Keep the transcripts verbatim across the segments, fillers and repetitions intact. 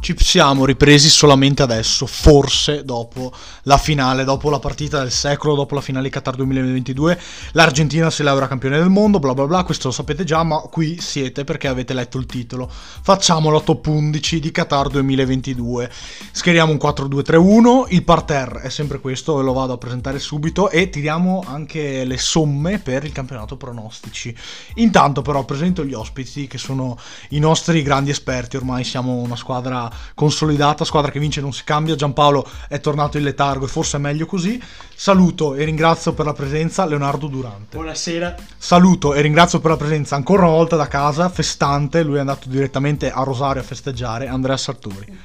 Ci siamo ripresi solamente adesso, forse dopo la finale, dopo la partita del secolo, dopo la finale di Qatar duemilaventidue. L'Argentina si laurea campione del mondo, bla bla bla, questo lo sapete già, ma qui siete perché avete letto il titolo. Facciamo la top undici di Qatar duemilaventidue. Schieriamo un quattro due tre uno, il parterre è sempre questo, ve lo vado a presentare subito, e tiriamo anche le somme per il campionato pronostici. Intanto però presento gli ospiti, che sono i nostri grandi esperti. Ormai siamo una squadra consolidata, squadra che vince non si cambia. Giampaolo è tornato in letargo e forse è meglio così. Saluto e ringrazio per la presenza Leonardo Durante. Buonasera. Saluto e ringrazio per la presenza ancora una volta da casa, festante, lui è andato direttamente a Rosario a festeggiare, Andrea Sartori.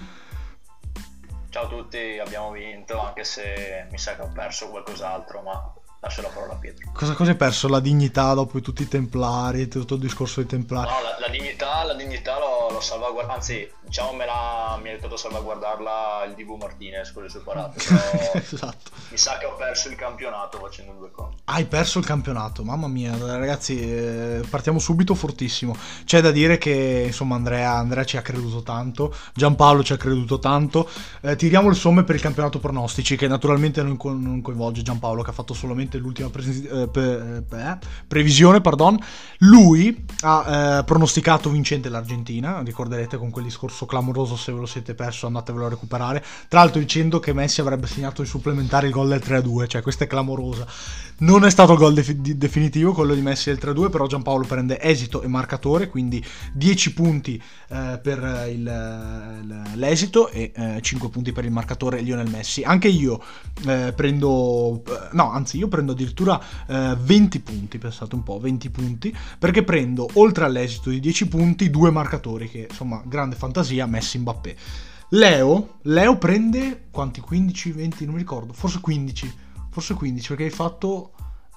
Ciao a tutti, abbiamo vinto, anche se mi sa che ho perso qualcos'altro, ma lascio la parola a Pietro. Cosa, cosa hai perso? La dignità dopo tutti i templari, tutto il discorso dei templari? No, la, la dignità, la dignità l'ho, l'ho salvaguardata, anzi, diciamo me la, mi ha aiutato a salvaguardarla il Dibu Martinez con le sue parate, però Esatto. mi sa che ho perso il campionato facendo due conti. Hai perso il campionato, mamma mia, ragazzi, eh, partiamo subito fortissimo. C'è da dire che insomma Andrea, Andrea ci ha creduto tanto, Giampaolo ci ha creduto tanto. Eh, tiriamo le somme per il campionato pronostici, che naturalmente non, co- non coinvolge Giampaolo, che ha fatto solamente l'ultima presi- eh, pe- pe- previsione, pardon. Lui ha eh, pronosticato vincente l'Argentina, ricorderete, con quel discorso clamoroso, se ve lo siete perso andatevelo a recuperare, tra l'altro dicendo che Messi avrebbe segnato in supplementare il gol del tre a due, cioè questa è clamorosa. Non è stato il gol def- definitivo quello di Messi del tre a due, però Giampaolo prende esito e marcatore, quindi dieci punti eh, per il, il, l'esito e eh, cinque punti per il marcatore Lionel Messi. Anche io eh, prendo eh, no, anzi io prendo addirittura eh, venti punti, pensate un po', venti punti, perché prendo oltre all'esito di dieci punti due marcatori che insomma grande fantasia, Messi, Mbappé. Leo, Leo prende quanti? quindici, venti, non mi ricordo, forse quindici. Forse quindici, perché hai fatto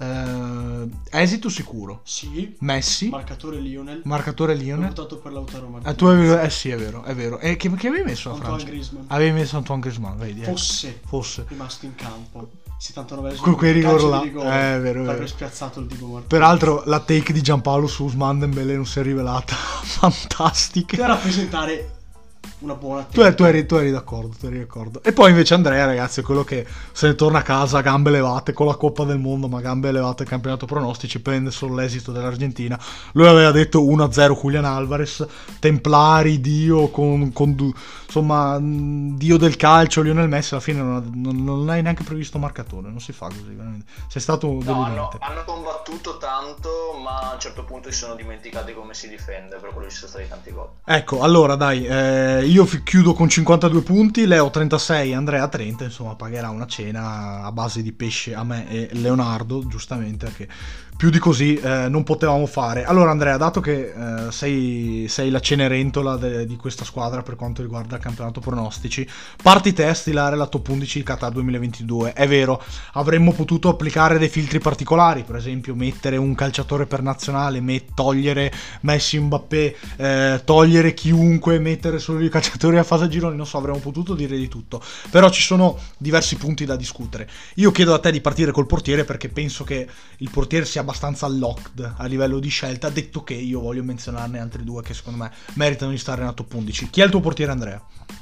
eh, esito sicuro. Sì. Messi. Marcatore Lionel. Marcatore Lionel. Ho votato per Lautaro Martinez. Eh, tu avevi, eh sì, è vero, è vero. E che, che avevi messo la Antoine Francia? Griezmann. Avevi messo Antoine Griezmann, vedi. Eh. Fosse, Fosse. rimasto in campo. settantanovesimo. Con quei rigor là. Rigore, Eh, è vero, è avrebbe vero. spiazzato il Dibu Martinez. Peraltro la take di Giampaolo su Ousmane Dembélé non si è rivelata fantastica. Per rappresentare una buona Tu, tu, eri, tu eri d'accordo, tu eri d'accordo. E poi invece Andrea, ragazzi, è quello che se ne torna a casa a gambe levate con la Coppa del Mondo, ma gambe levate al campionato pronostici, prende solo l'esito dell'Argentina. Lui aveva detto uno a zero Julian Alvarez, Templari, Dio, con, con insomma, Dio del calcio, Lionel Messi. Alla fine non, non, non hai neanche previsto marcatore, non si fa così, veramente. Sei stato No, deludente. hanno, hanno combattuto tanto, ma a un certo punto si sono dimenticati come si difende, per quello ci sono stati tanti gol. Ecco, allora dai, eh, io fi- chiudo con cinquantadue punti, Leo trentasei, Andrea trenta, insomma pagherà una cena a base di pesce a me e Leonardo, giustamente, perché più di così eh, non potevamo fare. Allora Andrea, dato che eh, sei, sei la cenerentola de- di questa squadra per quanto riguarda il campionato pronostici, parti te a stilare la top undici di Qatar duemilaventidue. È vero, avremmo potuto applicare dei filtri particolari, per esempio mettere un calciatore per nazionale, met- togliere Messi, Mbappé, eh, togliere chiunque, mettere solo i calciatori a fase a gironi, non so, avremmo potuto dire di tutto, però ci sono diversi punti da discutere. Io chiedo a te di partire col portiere, perché penso che il portiere sia abbastanza locked a livello di scelta, detto che io voglio menzionarne altri due che secondo me meritano di stare nella top undici. Chi è il tuo portiere, Andrea?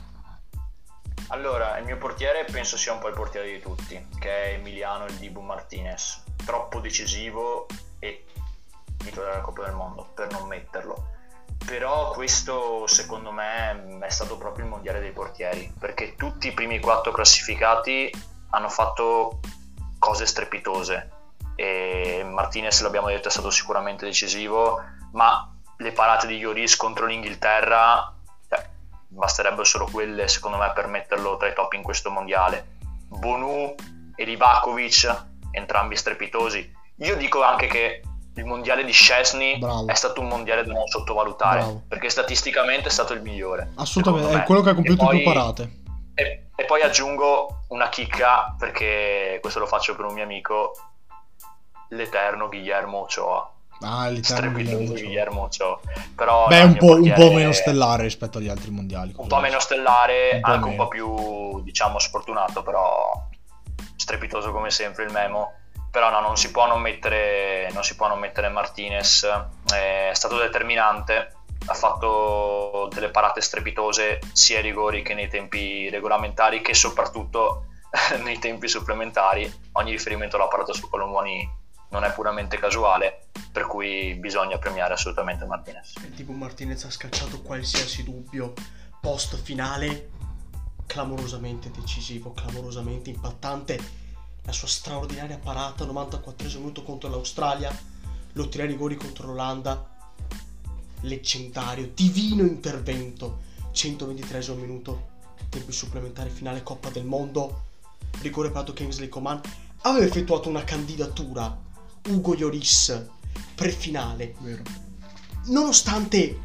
Allora, il mio portiere penso sia un po' il portiere di tutti, che è Emiliano il Dibu Martinez, troppo decisivo e vincitore della Coppa del Mondo per non metterlo. Però questo secondo me è stato proprio il mondiale dei portieri, perché tutti i primi quattro classificati hanno fatto cose strepitose e Martinez, l'abbiamo detto, è stato sicuramente decisivo, ma le parate di Lloris contro l'Inghilterra, cioè, basterebbero solo quelle secondo me per metterlo tra i top in questo mondiale. Bonu e Livakovic, entrambi strepitosi. Io dico anche che il mondiale di Szczesny Bravo. È stato un mondiale da non sottovalutare. Bravo. Perché statisticamente è stato il migliore. Assolutamente, è quello che ha compiuto più parate. E, e poi aggiungo una chicca, perché questo lo faccio per un mio amico, l'eterno Guillermo Ochoa. Ah, l'eterno Guillermo Ochoa. Guillermo Ochoa. Però beh, un po', un po' meno stellare rispetto agli altri mondiali. Un po' meno stellare, un po anche meno. Un po' più, diciamo, sfortunato, però strepitoso come sempre il Memo. Però no, non si può non mettere, non si può non mettere Martinez, è stato determinante ha fatto delle parate strepitose sia ai rigori che nei tempi regolamentari, che soprattutto nei tempi supplementari. Ogni riferimento alla parata su Colomoni non è puramente casuale, per cui bisogna premiare assolutamente Martinez. Il Dibu Martinez ha scacciato qualsiasi dubbio. Post finale clamorosamente decisivo, clamorosamente impattante. La sua straordinaria parata novantaquattresimo minuto contro l'Australia, lotteria rigori contro l'Olanda, leggendario, divino intervento, centoventitreesimo minuto, tempi supplementari finale Coppa del Mondo, rigore parato Kingsley Coman. Aveva effettuato una candidatura Ugo Lloris prefinale, Vero. nonostante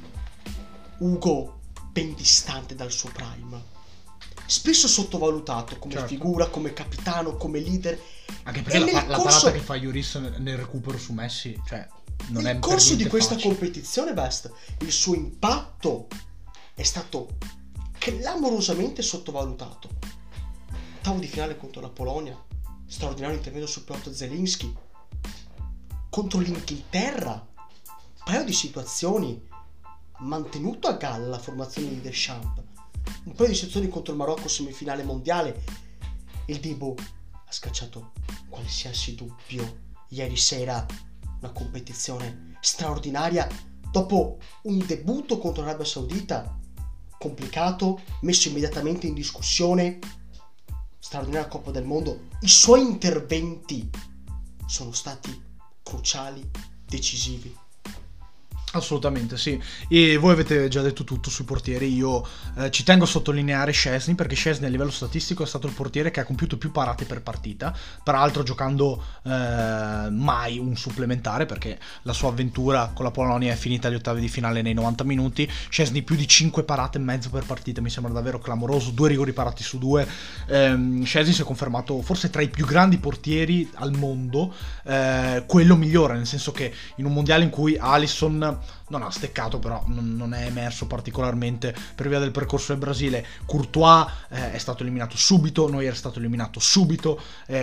Ugo ben distante dal suo prime, spesso sottovalutato come Certo. figura, come capitano, come leader. Anche perché E la, nel pa- la corso- parata che fa Lloris nel nel recupero su Messi, cioè, non Nel è per corso di niente questa facile. competizione, Best, il suo impatto è stato clamorosamente sottovalutato. Ottavo di finale contro la Polonia, straordinario intervento su Piotr Zelinski. Contro l'Inghilterra, un paio di situazioni, mantenuto a galla la formazione di Deschamps. Un paio di situazioni contro il Marocco, semifinale mondiale. Il Dibu ha scacciato qualsiasi dubbio. Ieri sera una competizione straordinaria dopo un debutto contro l'Arabia Saudita complicato, messo immediatamente in discussione. Straordinaria Coppa del Mondo. I suoi interventi sono stati cruciali, decisivi. Assolutamente sì, e voi avete già detto tutto sui portieri. Io eh, ci tengo a sottolineare Szczęsny, perché Szczęsny a livello statistico è stato il portiere che ha compiuto più parate per partita, peraltro giocando eh, mai un supplementare, perché la sua avventura con la Polonia è finita agli ottavi di finale nei novanta minuti. Szczęsny più di cinque parate e mezzo per partita, mi sembra davvero clamoroso, due rigori parati su due. ehm, Szczęsny si è confermato forse tra i più grandi portieri al mondo, eh, quello migliore, nel senso che in un mondiale in cui Alisson non ha steccato, però non, non è emerso particolarmente per via del percorso del Brasile. Courtois eh, è stato eliminato subito, Neuer è stato eliminato subito,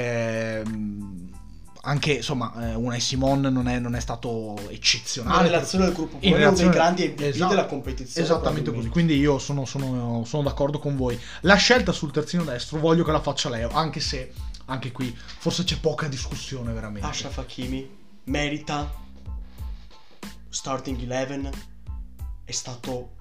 ehm, anche insomma eh, Unai Simon non è, non è stato eccezionale In relazione al gruppo, in uno relazione- dei grandi M V P esatto, della competizione. esattamente così, probabilmente. quindi io sono, sono, sono d'accordo con voi. La scelta sul terzino destro voglio che la faccia Leo, anche se anche qui forse c'è poca discussione veramente. Achraf Hakimi merita starting eleven, è stato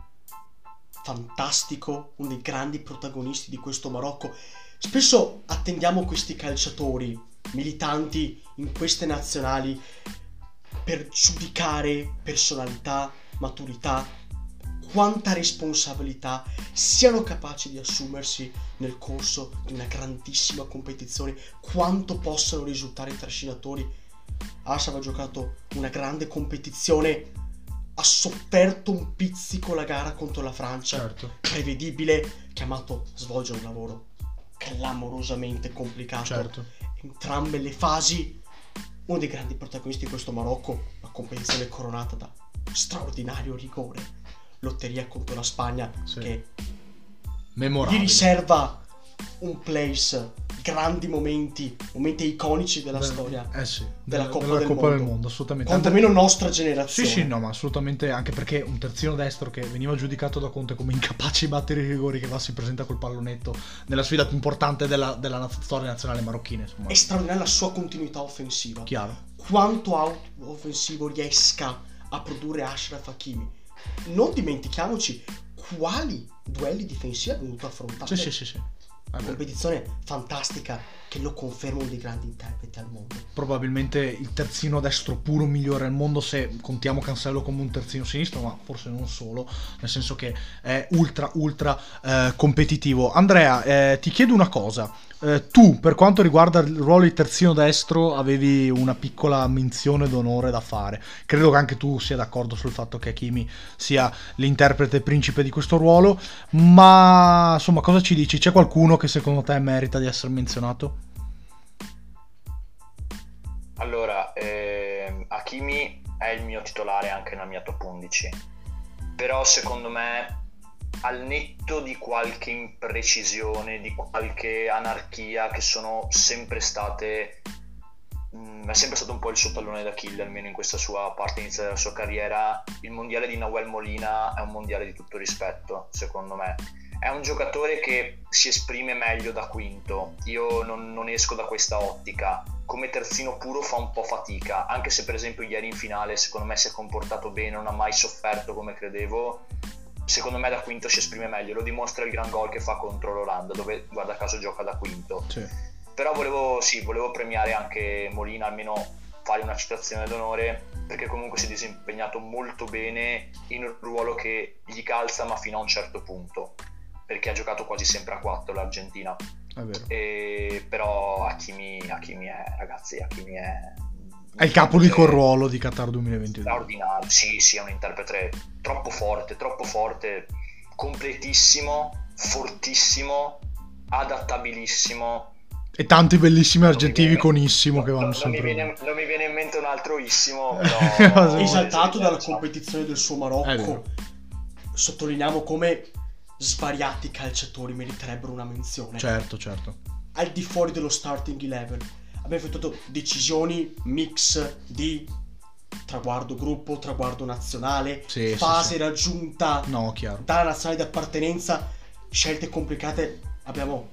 fantastico, uno dei grandi protagonisti di questo Marocco. Spesso attendiamo questi calciatori militanti in queste nazionali per giudicare personalità, maturità, quanta responsabilità siano capaci di assumersi nel corso di una grandissima competizione, quanto possano risultare trascinatori. Achraf ha giocato una grande competizione, ha sofferto un pizzico la gara contro la Francia, Certo. prevedibile, chiamato a svolgere un lavoro clamorosamente complicato. Certo. Entrambe le fasi, uno dei grandi protagonisti di questo Marocco, una competizione coronata da straordinario rigore, lotteria contro la Spagna, Sì. che Memorabile. gli riserva un place, grandi momenti, momenti iconici della Beh, storia, eh sì, della della- Coppa della del Coppa Mondo. del Mondo, assolutamente. quantomeno nostra Sì, generazione. sì, no, ma assolutamente, anche perché un terzino destro che veniva giudicato da Conte come incapace di battere i rigori, che va si presenta col pallonetto nella sfida più importante della, della naz- storia nazionale marocchina, insomma. È straordinaria la sua continuità offensiva. Chiaro. Quanto out offensivo riesca a produrre Achraf Hakimi. Non dimentichiamoci quali duelli difensivi ha venuto affrontare. Sì, sì, sì, sì. È vero. Competizione fantastica che lo conferma uno dei grandi interpreti al mondo. Probabilmente il terzino destro puro migliore al mondo, se contiamo Cancelo come un terzino sinistro, ma forse non solo, nel senso che è ultra ultra eh, competitivo. Andrea, eh, ti chiedo una cosa. Eh, tu, per quanto riguarda il ruolo di terzino destro, avevi una piccola menzione d'onore da fare. Credo che anche tu sia d'accordo sul fatto che Hakimi sia l'interprete principe di questo ruolo, ma insomma, cosa ci dici? C'è qualcuno che secondo te merita di essere menzionato? Allora, ehm, Hakimi è il mio titolare anche nella mia top undici, però secondo me, al netto di qualche imprecisione, di qualche anarchia che sono sempre state mh, è sempre stato un po' il suo tallone d'Achille, almeno in questa sua parte iniziale della sua carriera. Il mondiale di Nahuel Molina è un mondiale di tutto rispetto, secondo me. È un giocatore che si esprime meglio da quinto, io non, non esco da questa ottica. Come terzino puro fa un po' fatica, anche se per esempio ieri in finale secondo me si è comportato bene, non ha mai sofferto come credevo. Secondo me da quinto si esprime meglio, lo dimostra il gran gol che fa contro l'Olanda, dove guarda caso gioca da quinto. Sì. Però volevo, sì, volevo premiare anche Molina, almeno fare una citazione d'onore, perché comunque si è disimpegnat molto bene in un ruolo che gli calza, ma fino a un certo punto, perché ha giocato quasi sempre a quattro l'Argentina. È vero. E, però Hakimi, Hakimi è, ragazzi, Hakimi è... È il capo di quel ruolo di Qatar duemilaventidue. Straordinario, sì, sì, è un interprete troppo forte, troppo forte, completissimo, fortissimo, adattabilissimo. E tanti bellissimi Non mi argentini viene- con Issimo non- che vanno non, non mi sempre viene, non mi viene in mente un altro Issimo, Esatto. però... Esaltato dalla diciamo. competizione del suo È Marocco, vero. sottolineiamo come svariati calciatori meriterebbero una menzione. Certo, certo. Al di fuori dello starting eleven abbiamo effettuato decisioni mix di traguardo gruppo, traguardo nazionale, Sì, sì, fase sì. raggiunta No, chiaro. dalla nazionale di appartenenza, scelte complicate. Abbiamo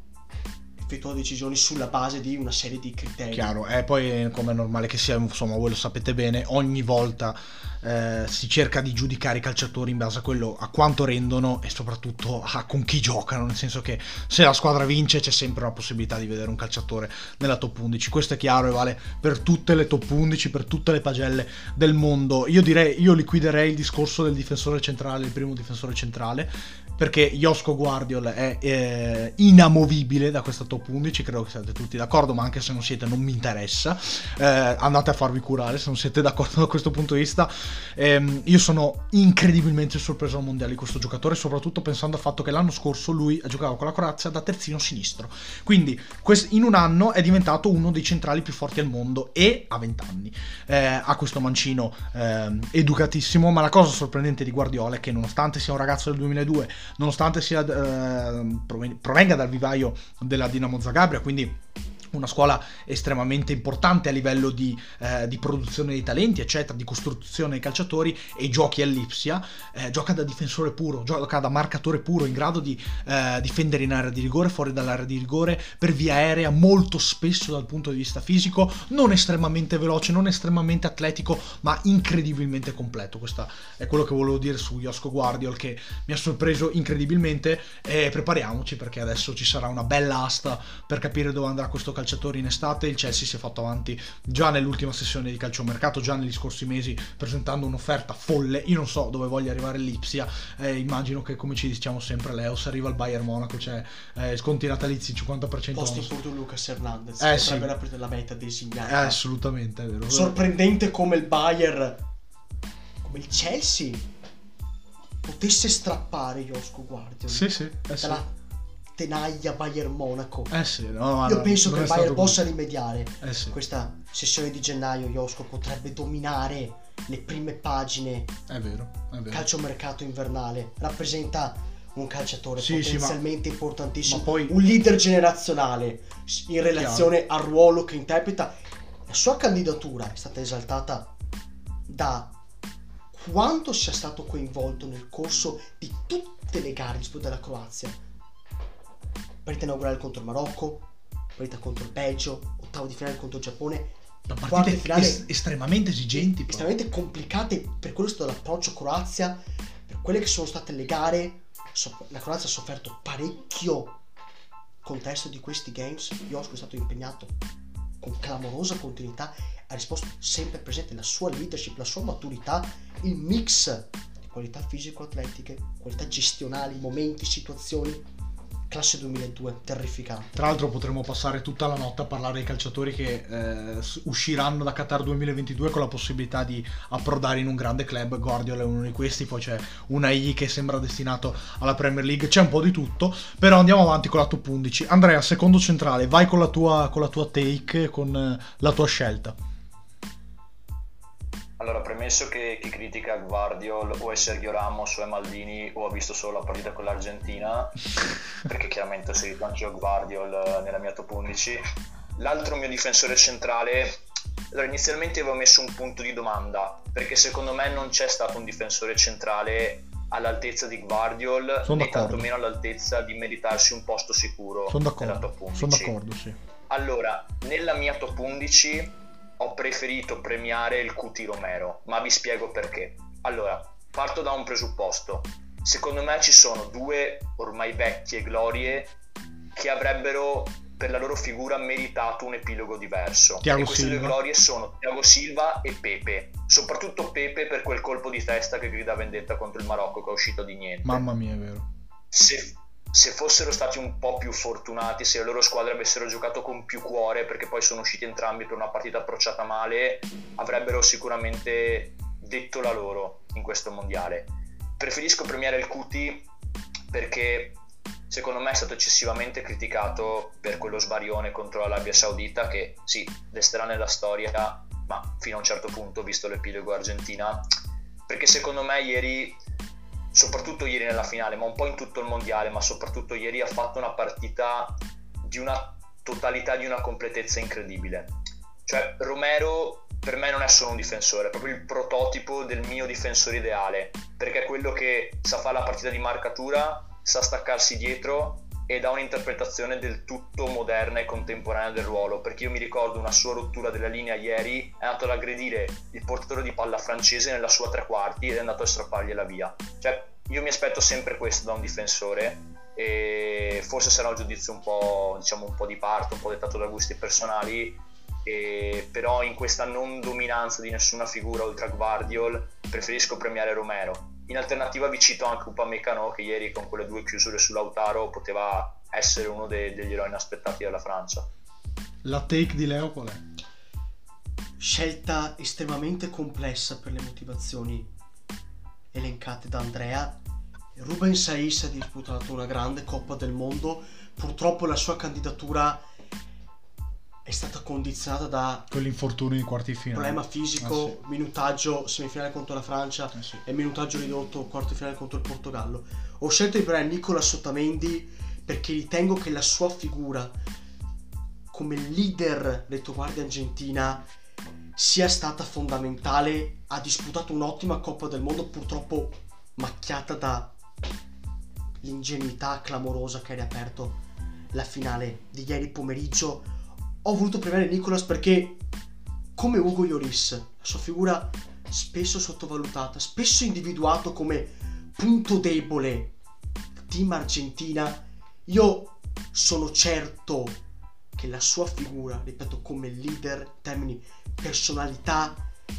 effettuato decisioni sulla base di una serie di criteri. Chiaro, e poi come è normale che sia, insomma, voi lo sapete bene, ogni volta eh, si cerca di giudicare i calciatori in base a quello, a quanto rendono e soprattutto a con chi giocano, nel senso che se la squadra vince c'è sempre una possibilità di vedere un calciatore nella top undici, questo è chiaro e vale per tutte le top undici, per tutte le pagelle del mondo. Io direi, io liquiderei il discorso del difensore centrale, il primo difensore centrale, perché Josko Guardiol è eh, inamovibile da questa top undici, credo che siate tutti d'accordo, ma anche se non siete non mi interessa, eh, andate a farvi curare se non siete d'accordo da questo punto di vista. Eh, io sono incredibilmente sorpreso al mondiale di questo giocatore, soprattutto pensando al fatto che l'anno scorso lui ha giocato con la Croazia da terzino sinistro, quindi quest- in un anno è diventato uno dei centrali più forti al mondo e ha venti anni, eh, ha questo mancino eh, educatissimo, ma la cosa sorprendente di Guardiola è che nonostante sia un ragazzo del duemiladue, nonostante sia eh, provenga dal vivaio della Dinamo Zagabria, quindi una scuola estremamente importante a livello di, eh, di produzione dei talenti, eccetera, di costruzione dei calciatori, e giochi all'Ipsia, eh, gioca da difensore puro, gioca da marcatore puro, in grado di eh, difendere in area di rigore, fuori dall'area di rigore, per via aerea, molto spesso dal punto di vista fisico, non estremamente veloce, non estremamente atletico, ma incredibilmente completo. Questo è quello che volevo dire su Josko Guardiol, che mi ha sorpreso incredibilmente, e prepariamoci perché adesso ci sarà una bella asta per capire dove andrà questo calciatore in estate. Il Chelsea si è fatto avanti già nell'ultima sessione di calciomercato, già negli scorsi mesi, presentando un'offerta folle. Io non so dove voglia arrivare l'Ipsia, eh, immagino che, come ci diciamo sempre, Leo, se arriva al Bayern Monaco c'è eh, sconti natalizi cinquanta per cento. Posto in porto Lucas Hernandez, Eh, potrebbe sì. aprire la meta designata. Eh, assolutamente, è vero. Sorprendente come il Bayern, come il Chelsea potesse strappare Josko Guardiol Sì, sì, eh sì. dalla tenaglia Bayern Monaco. Eh sì, no, Io no, penso non che è il Bayern stato possa così. rimediare. Eh sì, Questa sessione di gennaio Josko potrebbe dominare le prime pagine è vero, è vero. calciomercato invernale. Rappresenta un calciatore Sì, sì, potenzialmente importantissimo, ma poi- un leader generazionale in relazione al ruolo che interpreta. La sua candidatura è stata esaltata da quanto sia stato coinvolto nel corso di tutte le gare disputate dalla Croazia. Partita inaugurale contro il Marocco, partita contro il Belgio, ottavo di finale contro il Giappone, Da quarti partite di finale es- estremamente esigenti, poi. estremamente complicate per quello che è stato l'approccio Croazia, per quelle che sono state le gare. So- la Croazia ha sofferto parecchio contesto di questi games. Josko è stato impegnato con clamorosa continuità, ha risposto sempre presente. La sua leadership, la sua maturità, il mix di qualità fisico-atletiche, qualità gestionali, momenti, situazioni, classe duemiladue, terrificante. Tra l'altro potremmo passare tutta la notte a parlare dei calciatori che eh, s- usciranno da Qatar duemilaventidue con la possibilità di approdare in un grande club. Guardiola è uno di questi, poi c'è Unai che sembra destinato alla Premier League, c'è un po' di tutto, però andiamo avanti con la top undici. Andrea, secondo centrale, vai con la tua, con la tua take, con eh, la tua scelta. Allora, premesso che chi critica Guardiol o è Sergio Ramos o è Maldini o ha visto solo la partita con l'Argentina, perché chiaramente ho seguito anche io Guardiol nella mia top undici. L'altro mio difensore centrale Allora, inizialmente avevo messo un punto di domanda, perché secondo me non c'è stato un difensore centrale all'altezza di Gvardiol, Sono né d'accordo. tantomeno all'altezza di meritarsi un posto sicuro Sono nella d'accordo, top undici. sono d'accordo, sì. Allora, nella mia top undici ho preferito premiare il Cuti Romero, ma vi spiego perché. Allora, parto da un presupposto. Secondo me ci sono due ormai vecchie glorie che avrebbero per la loro figura meritato un epilogo diverso. Thiago e queste Silva. due glorie sono Thiago Silva e Pepe. Soprattutto Pepe per quel colpo di testa che grida vendetta contro il Marocco, che è uscito di niente. Mamma mia, è vero. Se, se fossero stati un po' più fortunati, se le loro squadre avessero giocato con più cuore, perché poi sono usciti entrambi per una partita approcciata male, avrebbero sicuramente detto la loro in questo mondiale. Preferisco premiare il Cuti perché secondo me è stato eccessivamente criticato per quello sbarione contro l'Arabia Saudita, che sì, resterà nella storia, ma fino a un certo punto, visto l'epilogo Argentina, perché secondo me ieri, soprattutto ieri nella finale, ma un po' in tutto il mondiale, ma soprattutto ieri, ha fatto una partita di una totalità, di una completezza incredibile. Cioè Romero per me non è solo un difensore, è proprio il prototipo del mio difensore ideale, perché è quello che sa fare la partita di marcatura, sa staccarsi dietro ed ha un'interpretazione del tutto moderna e contemporanea del ruolo, perché io mi ricordo una sua rottura della linea ieri, è andato ad aggredire il portatore di palla francese nella sua tre quarti ed è andato a strappargliela via. Cioè io mi aspetto sempre questo da un difensore, e forse sarà un giudizio un po', diciamo, un po' di parte, un po' dettato da gusti personali, e però in questa non dominanza di nessuna figura oltre a Gvardiol preferisco premiare Romero. In alternativa vi cito anche Upamecano, che ieri con quelle due chiusure su Lautaro poteva essere uno de- degli eroi inaspettati della Francia. La take di Leo qual è? Scelta estremamente complessa per le motivazioni elencate da Andrea. Ruben Saiz ha disputato una grande Coppa del Mondo, purtroppo la sua candidatura è stata condizionata da Quell'infortunio in quarti di finale. problema fisico, Ah, sì. minutaggio semifinale contro la Francia Eh, sì. e minutaggio ridotto quarto di finale contro il Portogallo. Ho scelto di premiare Nicolas Otamendi perché ritengo che la sua figura come leader retroguardia argentina sia stata fondamentale. Ha disputato un'ottima Coppa del Mondo, purtroppo macchiata da l'ingenuità clamorosa che ha riaperto la finale di ieri pomeriggio. Ho voluto premiare Nicolas perché, come Hugo Lloris, la sua figura spesso sottovalutata, spesso individuato come punto debole del team Argentina, io sono certo che la sua figura, ripeto, come leader in termini personalità,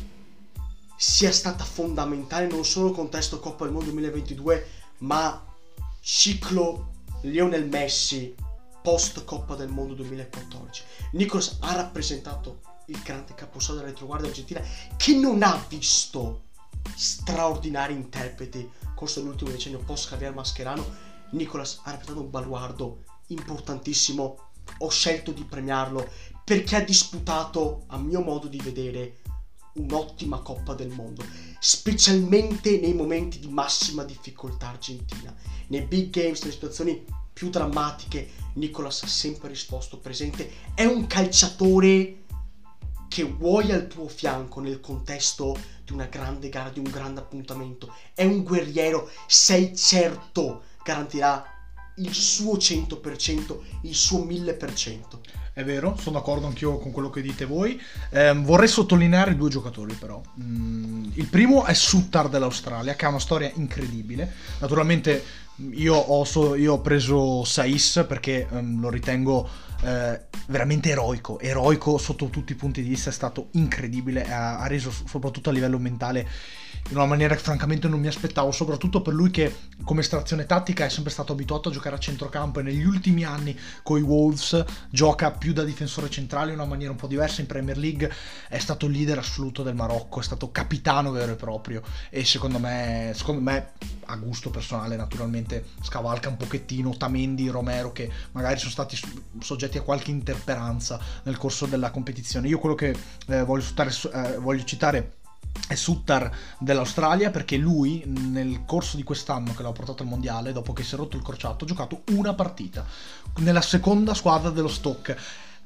sia stata fondamentale non solo nel contesto Coppa del Mondo duemilaventidue, ma ciclo Lionel Messi post Coppa del Mondo duemilaquattordici. Nicolas ha rappresentato il grande caposaldo della retroguardia argentina, che non ha visto straordinari interpreti nel corso dell'ultimo decennio post Javier Mascherano. Nicolas ha rappresentato un baluardo importantissimo. Ho scelto di premiarlo perché ha disputato, a mio modo di vedere, un'ottima Coppa del Mondo, specialmente nei momenti di massima difficoltà argentina, nei big games, nelle situazioni più drammatiche. Nicolas ha sempre risposto presente. È un calciatore che vuoi al tuo fianco nel contesto di una grande gara, di un grande appuntamento. È un guerriero, sei certo garantirà il suo cento per cento, il suo mille per cento. È vero, sono d'accordo anch'io con quello che dite voi. Eh, vorrei sottolineare due giocatori però. Mm, il primo è Sutter dell'Australia, che ha una storia incredibile. Naturalmente io ho, so, io ho preso Saiz perché um, lo ritengo eh, veramente eroico, eroico sotto tutti i punti di vista, è stato incredibile, ha, ha reso soprattutto a livello mentale in una maniera che francamente non mi aspettavo, soprattutto per lui che come estrazione tattica è sempre stato abituato a giocare a centrocampo e negli ultimi anni con i Wolves gioca più da difensore centrale in una maniera un po' diversa in Premier League. È stato il leader assoluto del Marocco, è stato capitano vero e proprio, e secondo me, secondo me a gusto personale naturalmente scavalca un pochettino Otamendi, Romero, che magari sono stati soggetti a qualche interperanza nel corso della competizione. Io quello che eh, voglio, citare, eh, voglio citare è Sutter dell'Australia, perché lui nel corso di quest'anno che l'ha portato al mondiale, dopo che si è rotto il crociato, ha giocato una partita nella seconda squadra dello Stoke.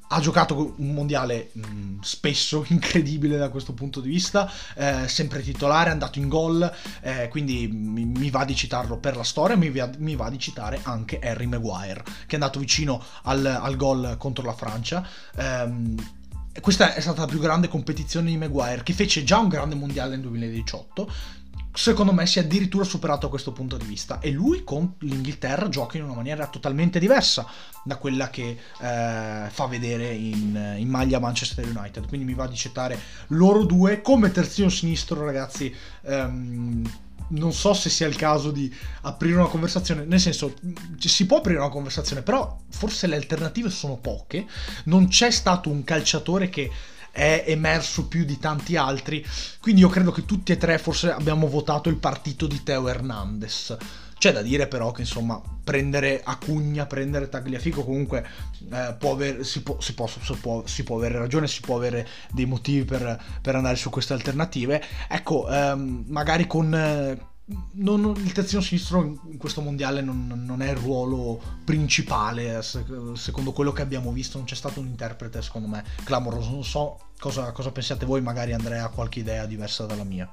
ha giocato un mondiale mh, spesso incredibile da questo punto di vista, eh, sempre titolare, è andato in gol, eh, quindi mi, mi va di citarlo per la storia, mi va, mi va di citare anche Harry Maguire, che è andato vicino al, al gol contro la Francia. ehm, Questa è stata la più grande competizione di Maguire, che fece già un grande mondiale nel duemiladiciotto. Secondo me si è addirittura superato a questo punto di vista, e lui con l'Inghilterra gioca in una maniera totalmente diversa da quella che eh, fa vedere in, in maglia Manchester United. Quindi mi va di citare loro due come terzino sinistro, ragazzi. ehm, non so se sia il caso di aprire una conversazione, nel senso, si può aprire una conversazione, però forse le alternative sono poche. Non c'è stato un calciatore che è emerso più di tanti altri, quindi io credo che tutti e tre forse abbiamo votato il partito di Teo Hernandez. C'è da dire però che insomma prendere Acugna, prendere Tagliafico comunque eh, può aver, si, può, si, può, si, può, si può avere ragione, si può avere dei motivi per, per andare su queste alternative. Ecco, ehm, magari con... Eh, non, il terzino sinistro in questo mondiale non, non è il ruolo principale, secondo quello che abbiamo visto. Non c'è stato un interprete secondo me clamoroso. Non so cosa, cosa pensate voi, magari Andrea ha qualche idea diversa dalla mia.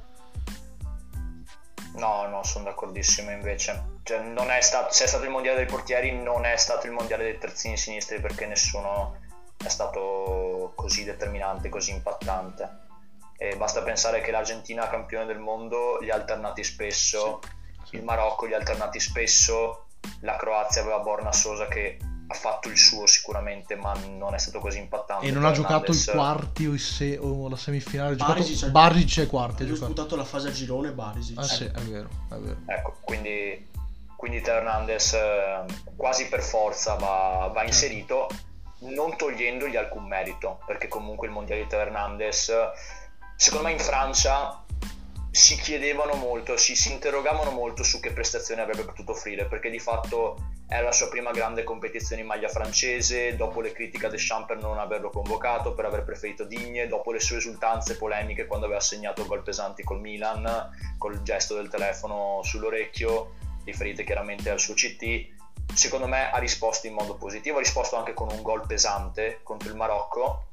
No, no, sono d'accordissimo invece. Cioè, non è stato, se è stato il mondiale dei portieri, non è stato il mondiale dei terzini sinistri, perché nessuno è stato così determinante, così impattante. E basta pensare che l'Argentina, campione del mondo, li ha alternati spesso, sì, sì. Il Marocco li ha alternati spesso, la Croazia aveva Borna Sosa che ha fatto il suo sicuramente, ma non è stato così impattante. E non ha giocato i quarti o, i se- o la semifinale. Barisic, Barisic ai quarti. Ha disputato la fase a girone Barisic. Ah sì, è vero, è vero. Ecco, quindi, quindi Teo Hernandez eh, quasi per forza va, va inserito, non togliendogli alcun merito, perché comunque il mondiale di Teo Hernandez, secondo me in Francia si chiedevano molto, si, si interrogavano molto su che prestazioni avrebbe potuto offrire, perché di fatto era la sua prima grande competizione in maglia francese, dopo le critiche a Deschamps per non averlo convocato, per aver preferito Digne, dopo le sue esultanze polemiche quando aveva segnato gol pesanti col Milan, col gesto del telefono sull'orecchio, riferite chiaramente al suo C T. Secondo me ha risposto in modo positivo, ha risposto anche con un gol pesante contro il Marocco.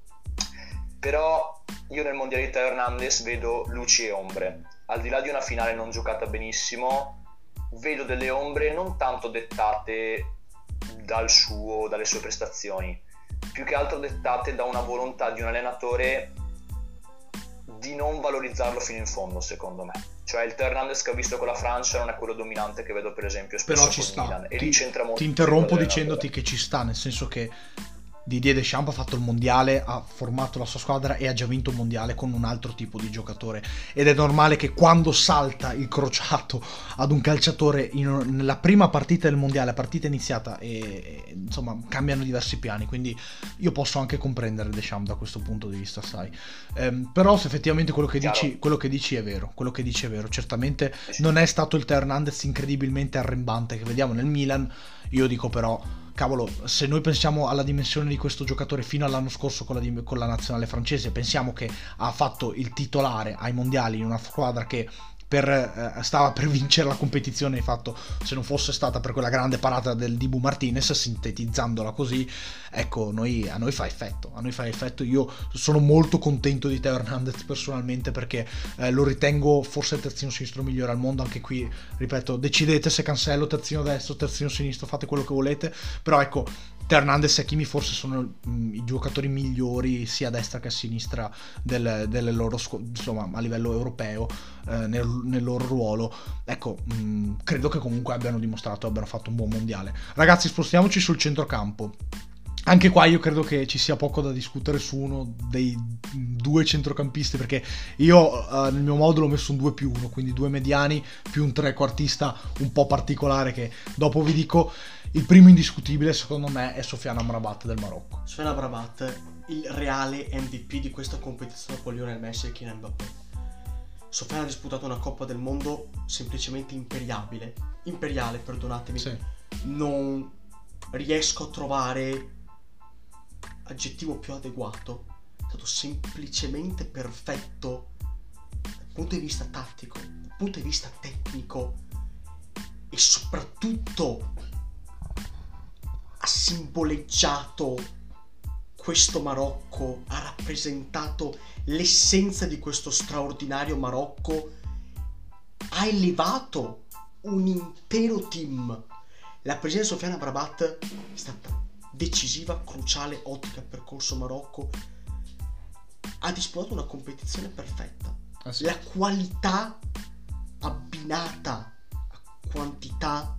Però io nel mondiale di Teo Hernandez vedo luci e ombre. Al di là di una finale non giocata benissimo, vedo delle ombre non tanto dettate dal suo, dalle sue prestazioni, più che altro dettate da una volontà di un allenatore di non valorizzarlo fino in fondo, secondo me. Cioè il Teo Hernandez che ho visto con la Francia non è quello dominante che vedo per esempio spesso però ci con sta. Milan, e ti, lì c'entra molto. Ti interrompo dicendoti che ci sta, nel senso che Didier Deschamps ha fatto il mondiale, ha formato la sua squadra e ha già vinto un mondiale con un altro tipo di giocatore, ed è normale che quando salta il crociato ad un calciatore in, nella prima partita del mondiale, partita iniziata, e, e insomma cambiano diversi piani, quindi io posso anche comprendere Deschamps da questo punto di vista, sai. Ehm, però se effettivamente quello che, dici, quello che dici è vero, quello che dici è vero, certamente non è stato il Teo Hernandez incredibilmente arrembante che vediamo nel Milan. Io dico però, cavolo, se noi pensiamo alla dimensione di questo giocatore fino all'anno scorso con la, con la nazionale francese, pensiamo che ha fatto il titolare ai mondiali in una squadra che per, eh, stava per vincere la competizione, di fatto, se non fosse stata per quella grande parata del Dibu Martinez, sintetizzandola così, ecco, noi, a noi fa effetto, a noi fa effetto. Io sono molto contento di Teo Hernandez personalmente, perché eh, lo ritengo forse il terzino sinistro migliore al mondo. Anche qui, ripeto, decidete se Cancello, terzino destro, terzino sinistro, fate quello che volete, però ecco, Teo Hernandez e Hakimi forse sono mh, i giocatori migliori sia a destra che a sinistra del, delle loro scu- insomma a livello europeo, eh, nel, nel loro ruolo. Ecco, mh, credo che comunque abbiano dimostrato, abbiano fatto un buon mondiale. Ragazzi, spostiamoci sul centrocampo. Anche qua io credo che ci sia poco da discutere su uno dei due centrocampisti, perché io uh, nel mio modulo ho messo un due più uno, quindi due mediani più un trequartista un po' particolare che dopo vi dico. Il primo indiscutibile secondo me è Sofiane Amrabat del Marocco. Sofiane Amrabat, il reale M V P di questa competizione con Lionel Messi e Kylian Mbappé. Sofiane ha disputato una Coppa del Mondo semplicemente imperiabile, imperiale, perdonatemi. Sì. Non riesco a trovare aggettivo più adeguato. È stato semplicemente perfetto dal punto di vista tattico, dal punto di vista tecnico, e soprattutto ha simboleggiato questo Marocco ha rappresentato l'essenza di questo straordinario Marocco, ha elevato un intero team. La presenza di Sofiane Amrabat è stata decisiva, cruciale, ottica, percorso Marocco, ha disputato una competizione perfetta. Ah, sì. La qualità abbinata a quantità,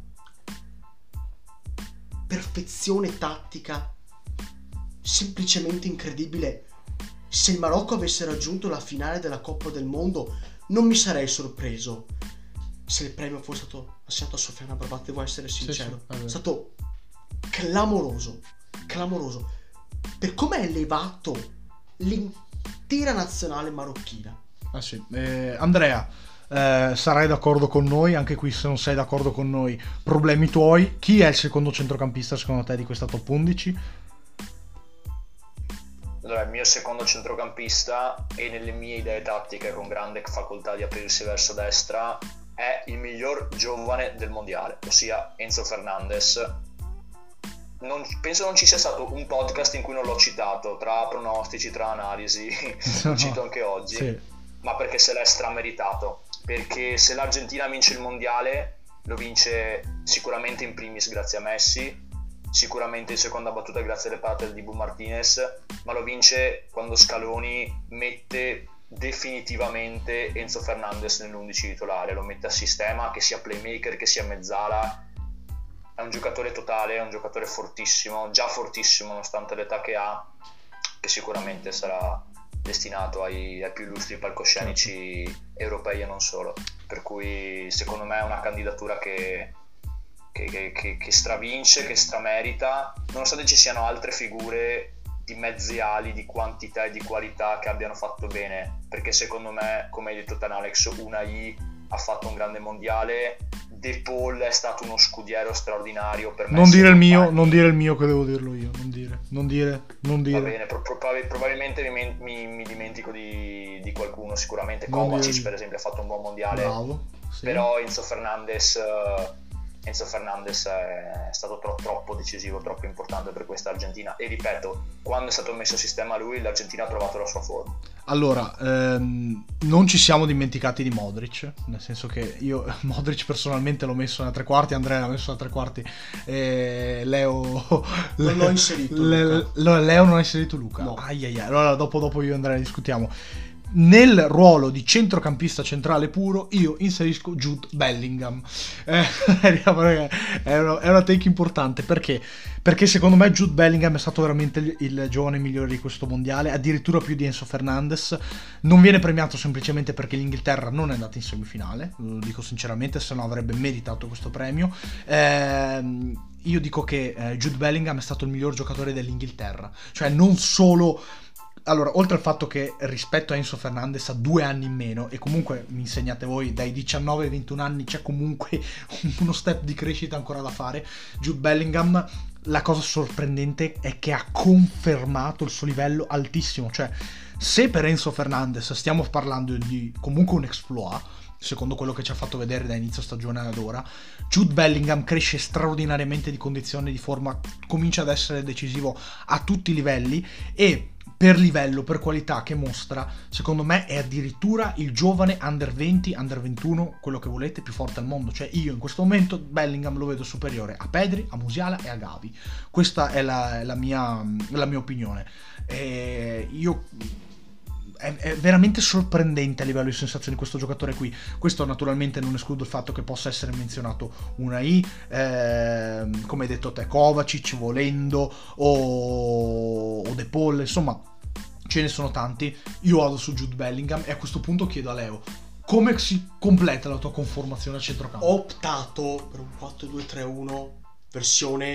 perfezione tattica, semplicemente incredibile. Se il Marocco avesse raggiunto la finale della Coppa del Mondo non mi sarei sorpreso se il premio fosse stato assegnato a Sofiane Amrabat, devo essere sincero. Sì, sì, è stato clamoroso, clamoroso per come ha elevato l'intera nazionale marocchina. Ah sì. eh, Andrea, eh, sarai d'accordo con noi? Anche qui, se non sei d'accordo con noi, problemi tuoi. Chi è il secondo centrocampista secondo te di questa top undici? Allora, il mio secondo centrocampista, e nelle mie idee tattiche con grande facoltà di aprirsi verso destra, è il miglior giovane del mondiale, ossia Enzo Fernandez. Non, penso non ci sia stato un podcast in cui non l'ho citato, tra pronostici, tra analisi, lo cito anche oggi, Sì. ma perché se l'è strameritato, perché se l'Argentina vince il mondiale lo vince sicuramente in primis grazie a Messi, sicuramente in seconda battuta grazie alle parate del Dibu Martinez, ma lo vince quando Scaloni mette definitivamente Enzo Fernandez nell'undici titolare, lo mette a sistema, che sia playmaker, che sia mezzala. È un giocatore totale, è un giocatore fortissimo, già fortissimo nonostante l'età che ha, che sicuramente sarà destinato ai, ai più illustri palcoscenici europei e non solo. Per cui secondo me è una candidatura che, che, che, che stravince, che stramerita, nonostante ci siano altre figure di mezzi ali, di quantità e di qualità che abbiano fatto bene, perché secondo me, come hai detto te Alex, Unai ha fatto un grande mondiale, De Paul è stato uno scudiero straordinario per me. Non dire il mio, non dire il mio che devo dirlo io, non dire, non dire, non dire. Va bene, pro- pro- probabilmente mi, mi, mi dimentico di, di qualcuno sicuramente. Non Kovacic dire- per esempio ha fatto un buon mondiale. Bravo. Sì. Però Enzo Fernandez eh, Enzo Fernandez è stato tro- troppo decisivo, troppo importante per questa Argentina, e ripeto, quando è stato messo a sistema lui, l'Argentina ha trovato la sua forma. Allora, ehm, non ci siamo dimenticati di Modric, nel senso che io Modric personalmente l'ho messo nella tre quarti, Andrea l'ha messo nella tre quarti, e Leo Non l'ho inserito, Le- Luca. Lo- Leo non ha inserito Luca. No. Ai ai ai. Allora dopo, dopo io e Andrea ne discutiamo. Nel ruolo di centrocampista centrale puro io inserisco Jude Bellingham. Eh, è, una, è una take importante, perché? Perché secondo me Jude Bellingham è stato veramente il, il giovane migliore di questo mondiale, addirittura più di Enzo Fernandez. Non viene premiato semplicemente perché l'Inghilterra non è andata in semifinale, lo dico sinceramente, se no avrebbe meritato questo premio. Eh, io dico che eh, Jude Bellingham è stato il miglior giocatore dell'Inghilterra, cioè non solo... Allora, oltre al fatto che rispetto a Enzo Fernandez ha due anni in meno, e comunque mi insegnate voi, dai diciannove ai ventuno anni c'è comunque uno step di crescita ancora da fare, Jude Bellingham, la cosa sorprendente è che ha confermato il suo livello altissimo. Cioè, se per Enzo Fernandez stiamo parlando di comunque un exploit, secondo quello che ci ha fatto vedere da inizio stagione ad ora, Jude Bellingham cresce straordinariamente di condizione, di forma, comincia ad essere decisivo a tutti i livelli, e per livello, per qualità che mostra, secondo me è addirittura il giovane under venti, under ventuno, quello che volete, più forte al mondo. Cioè io in questo momento Bellingham lo vedo superiore a Pedri, a Musiala e a Gavi. Questa è la, è la, mia, la mia opinione. E io... È, è veramente sorprendente a livello di sensazioni questo giocatore qui. Questo naturalmente non esclude il fatto che possa essere menzionato Unai, eh, come hai detto te, Kovacic volendo, o, o De Paul, insomma ce ne sono tanti. Io vado su Jude Bellingham, e a questo punto chiedo a Leo, come si completa la tua conformazione a centrocampo? Ho optato per un quattro due tre uno versione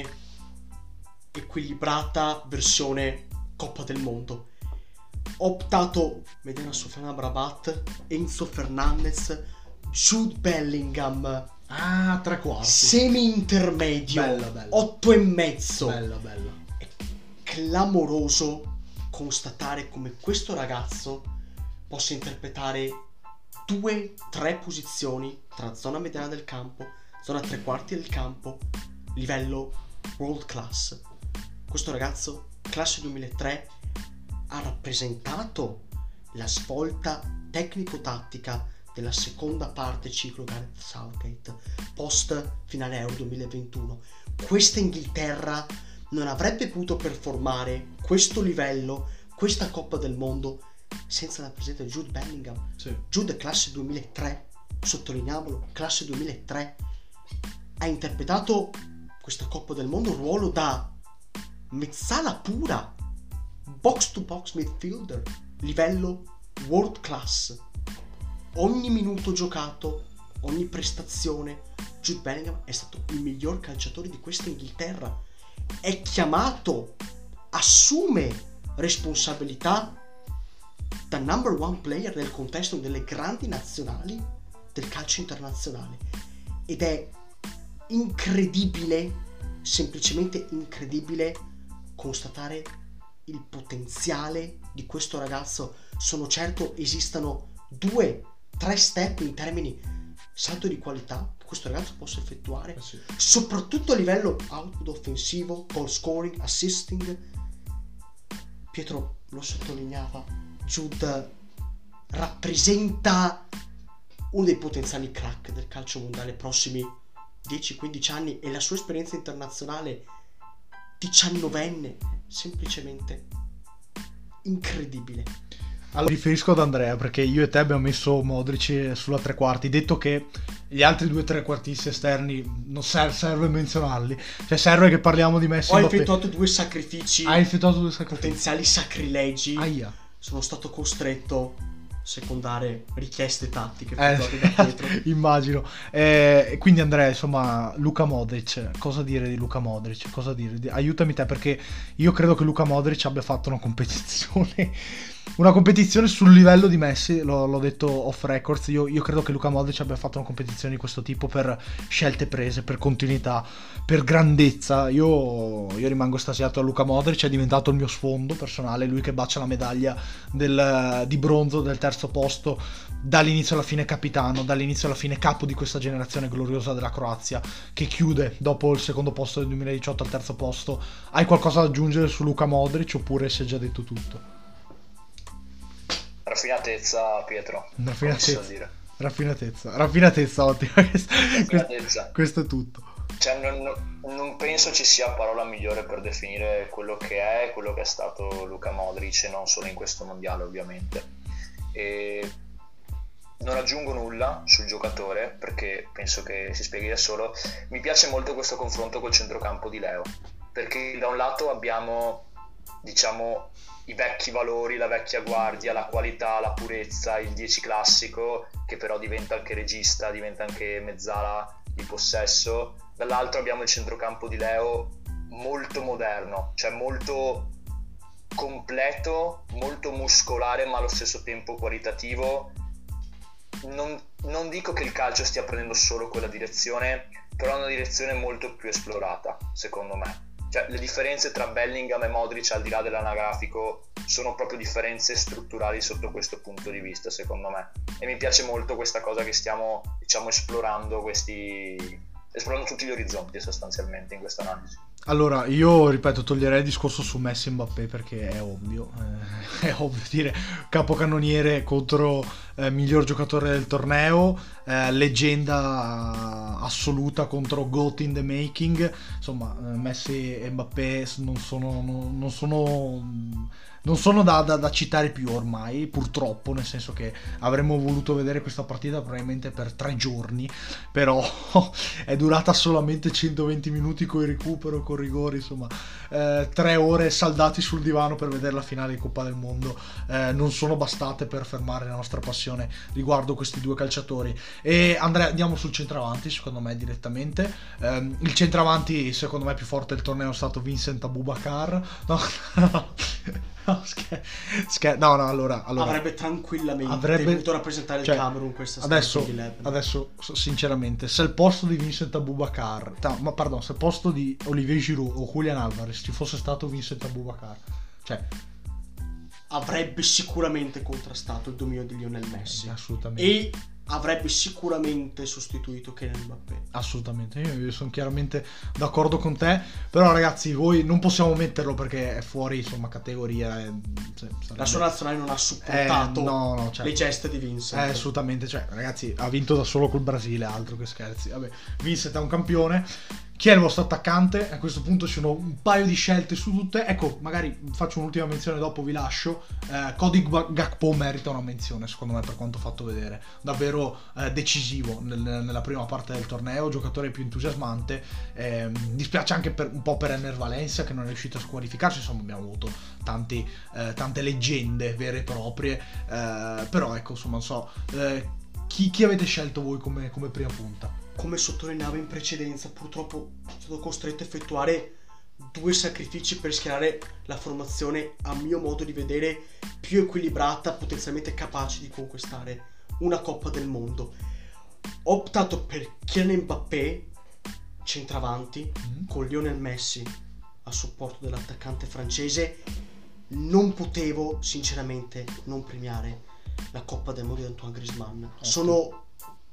equilibrata, versione Coppa del Mondo. Ho optato Medina Sofiane Amrabat, Enzo Fernandez, Jude Bellingham, Ah, tre quarti. semi intermedio, Bella, bella. otto e mezzo. Bella, bella. È clamoroso constatare come questo ragazzo possa interpretare due, tre posizioni tra zona mediana del campo, zona tre quarti del campo, livello world class. Questo ragazzo classe duemilatré ha rappresentato la svolta tecnico-tattica della seconda parte ciclo Gareth Southgate post finale Euro duemilaventuno. Questa Inghilterra non avrebbe potuto performare questo livello, questa Coppa del Mondo, senza la presenza di Jude Bellingham. Sì. Jude classe duemilatré, sottolineiamolo, classe duemilatré, ha interpretato questa Coppa del Mondo un ruolo da mezzala pura, box to box midfielder, livello world class. Ogni minuto giocato, ogni prestazione, Jude Bellingham è stato il miglior calciatore di questa Inghilterra. È chiamato, assume responsabilità da number one player nel contesto delle grandi nazionali del calcio internazionale, ed è incredibile, semplicemente incredibile constatare il potenziale di questo ragazzo. Sono certo esistano due, tre step in termini salto di qualità che questo ragazzo possa effettuare, Eh sì. soprattutto a livello output offensivo, goal scoring, assisting. Pietro lo sottolineava, Jude rappresenta uno dei potenziali crack del calcio mondiale prossimi dieci quindici anni, e la sua esperienza internazionale diciannovenne semplicemente incredibile. Allora, mi riferisco ad Andrea perché io e te abbiamo messo Modric sulla tre quarti, detto che gli altri due trequartisti esterni non serve, serve menzionarli, cioè serve che parliamo di Messi. Ho Mbappé. effettuato due sacrifici, Hai effettuato due sacrifici, potenziali sacrilegi. Aia. Sono stato costretto a secondare richieste tattiche Eh, effettuate da Pietro. immagino. Eh, quindi Andrea, insomma, Luka Modric, cosa dire di Luka Modric? Cosa dire? Di- Aiutami te, perché io credo che Luka Modric abbia fatto una competizione una competizione sul livello di Messi, l'ho, l'ho detto off records. Io, io credo che Luka Modric abbia fatto una competizione di questo tipo per scelte prese, per continuità, per grandezza. Io, io rimango estasiato a Luka Modric, è diventato il mio sfondo personale, lui che bacia la medaglia del, di bronzo del terzo posto, dall'inizio alla fine capitano, dall'inizio alla fine capo di questa generazione gloriosa della Croazia, che chiude dopo il secondo posto del duemiladiciotto al terzo posto. Hai qualcosa da aggiungere su Luka Modric oppure si è già detto tutto? Raffinatezza, Pietro. Raffinatezza, Come si suol dire. raffinatezza, raffinatezza, ottima. Questo, Raffinatezza. questo è tutto. Cioè, non, non penso ci sia parola migliore per definire quello che è, quello che è stato Luka Modric, e non solo in questo mondiale, ovviamente. E non aggiungo nulla sul giocatore perché penso che si spieghi da solo. Mi piace molto questo confronto col centrocampo di Leo, perché da un lato abbiamo, diciamo, i vecchi valori, la vecchia guardia, la qualità, la purezza, il dieci classico, che però diventa anche regista, diventa anche mezzala di possesso. Dall'altro abbiamo il centrocampo di Leo molto moderno, cioè molto completo, molto muscolare, ma allo stesso tempo qualitativo. Non, non dico che il calcio stia prendendo solo quella direzione, però è una direzione molto più esplorata, secondo me. Cioè, le differenze tra Bellingham e Modric, al di là dell'anagrafico, sono proprio differenze strutturali sotto questo punto di vista, secondo me. E mi piace molto questa cosa che stiamo, diciamo, esplorando questi... esplorando tutti gli orizzonti sostanzialmente in questa analisi. Allora, io ripeto, toglierei il discorso su Messi e Mbappé perché è ovvio, eh, è ovvio dire capocannoniere contro eh, miglior giocatore del torneo, eh, leggenda assoluta contro GOAT in the making. Insomma, eh, Messi e Mbappé non sono, non, non sono, non sono da, da, da citare più ormai, purtroppo, nel senso che avremmo voluto vedere questa partita probabilmente per tre giorni, però è durata solamente centoventi minuti con il recupero, con rigori, insomma, eh, tre ore saldati sul divano per vedere la finale di Coppa del Mondo eh, non sono bastate per fermare la nostra passione riguardo questi due calciatori. E Andrea, andiamo sul centravanti, secondo me direttamente. Eh, il centravanti secondo me più forte del torneo è stato Vincent Aboubakar. No, no, no, scher- scher- no, no, allora, allora avrebbe tranquillamente avrebbe- dovuto rappresentare cioè, il Camerun questa adesso, starting eleven. adesso sinceramente, se al posto di Vincent Aboubakar, no, ma pardon, se al posto di Olivier Giroud o Julian Alvarez ci fosse stato Vincent Aboubakar, cioè avrebbe sicuramente contrastato il dominio di Lionel Messi, assolutamente. e avrebbe sicuramente sostituito Kylian Mbappé. Assolutamente, io sono chiaramente d'accordo con te, però ragazzi voi non possiamo metterlo perché è fuori insomma categoria, e, se, sarebbe... La sua nazionale non ha supportato eh, no, no, certo. le gesta di Vincent. Eh, assolutamente, cioè ragazzi ha vinto da solo col Brasile, altro che scherzi. Vabbè, Vincent è un campione. Chi è il vostro attaccante? A questo punto ci sono un paio di scelte su tutte. Ecco, magari faccio un'ultima menzione, dopo vi lascio. Eh, Cody Gakpo merita una menzione, secondo me, per quanto fatto vedere. Davvero eh, decisivo nel, nella prima parte del torneo, giocatore più entusiasmante. Eh, dispiace anche per, un po' per Enner Valencia, che non è riuscito a squalificarsi. Insomma, abbiamo avuto tanti, eh, tante leggende vere e proprie. Eh, però, ecco, insomma, non so. Eh, chi, chi avete scelto voi come, come prima punta? Come sottolineavo in precedenza, purtroppo sono stato costretto a effettuare due sacrifici per schierare la formazione, a mio modo di vedere, più equilibrata, potenzialmente capace di conquistare una Coppa del Mondo. Ho optato per Kylian Mbappé, centravanti, mm. con Lionel Messi a supporto dell'attaccante francese. Non potevo sinceramente non premiare la Coppa del Mondo di Antoine Griezmann. Okay. Sono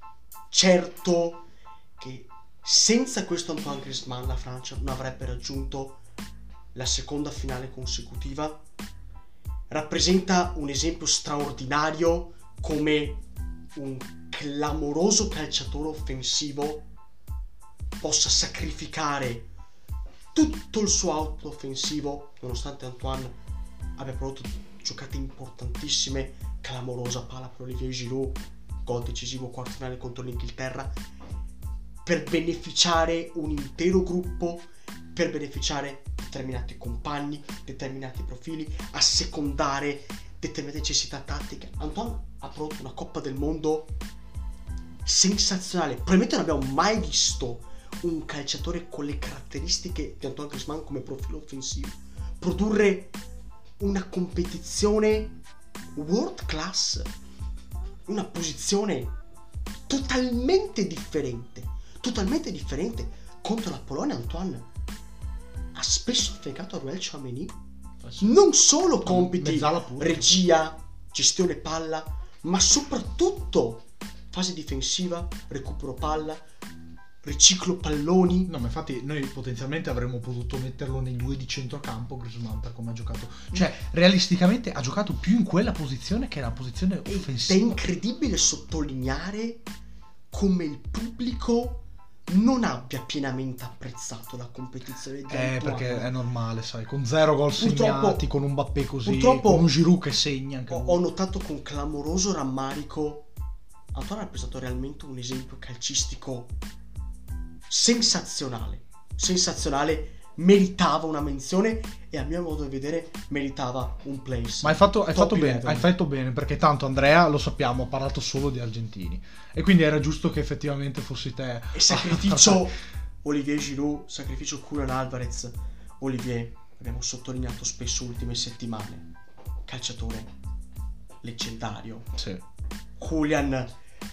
certo che senza questo Antoine Griezmann la Francia non avrebbe raggiunto la seconda finale consecutiva. Rappresenta un esempio straordinario come un clamoroso calciatore offensivo possa sacrificare tutto il suo output offensivo, nonostante Antoine abbia prodotto giocate importantissime, clamorosa palla per Olivier Giroud, gol decisivo quarto finale contro l'Inghilterra, per beneficiare un intero gruppo, per beneficiare determinati compagni, determinati profili, assecondare determinate necessità tattiche. Antoine ha prodotto una Coppa del Mondo sensazionale. Probabilmente non abbiamo mai visto un calciatore con le caratteristiche di Antoine Griezmann come profilo offensivo produrre una competizione world class, una posizione totalmente differente totalmente differente contro la Polonia. Antoine ha spesso affiancato a Ruel Tchouaméni non solo compiti regia, gestione palla, ma soprattutto fase difensiva, recupero palla, riciclo palloni. No, ma infatti noi potenzialmente avremmo potuto metterlo nei due di centrocampo Griezmann, per come ha giocato. Cioè, realisticamente ha giocato più in quella posizione che nella posizione offensiva. Ed è incredibile sottolineare come il pubblico non abbia pienamente apprezzato la competizione di Eh, Antoine. perché è normale, sai, con zero gol segnati, con un Mbappé così, con un Giroud che segna anche ho, lui. ho notato con clamoroso rammarico Antoine ha rappresentato realmente un esempio calcistico sensazionale sensazionale, meritava una menzione e a mio modo di vedere meritava un place. Ma hai fatto, hai fatto bene, eleven. hai fatto bene, perché tanto Andrea, lo sappiamo, ha parlato solo di argentini e quindi era giusto che effettivamente fossi te. E sacrificio Olivier Giroud, sacrificio Julian Alvarez. Olivier, abbiamo sottolineato spesso ultime settimane, calciatore leggendario. Sì. Julian,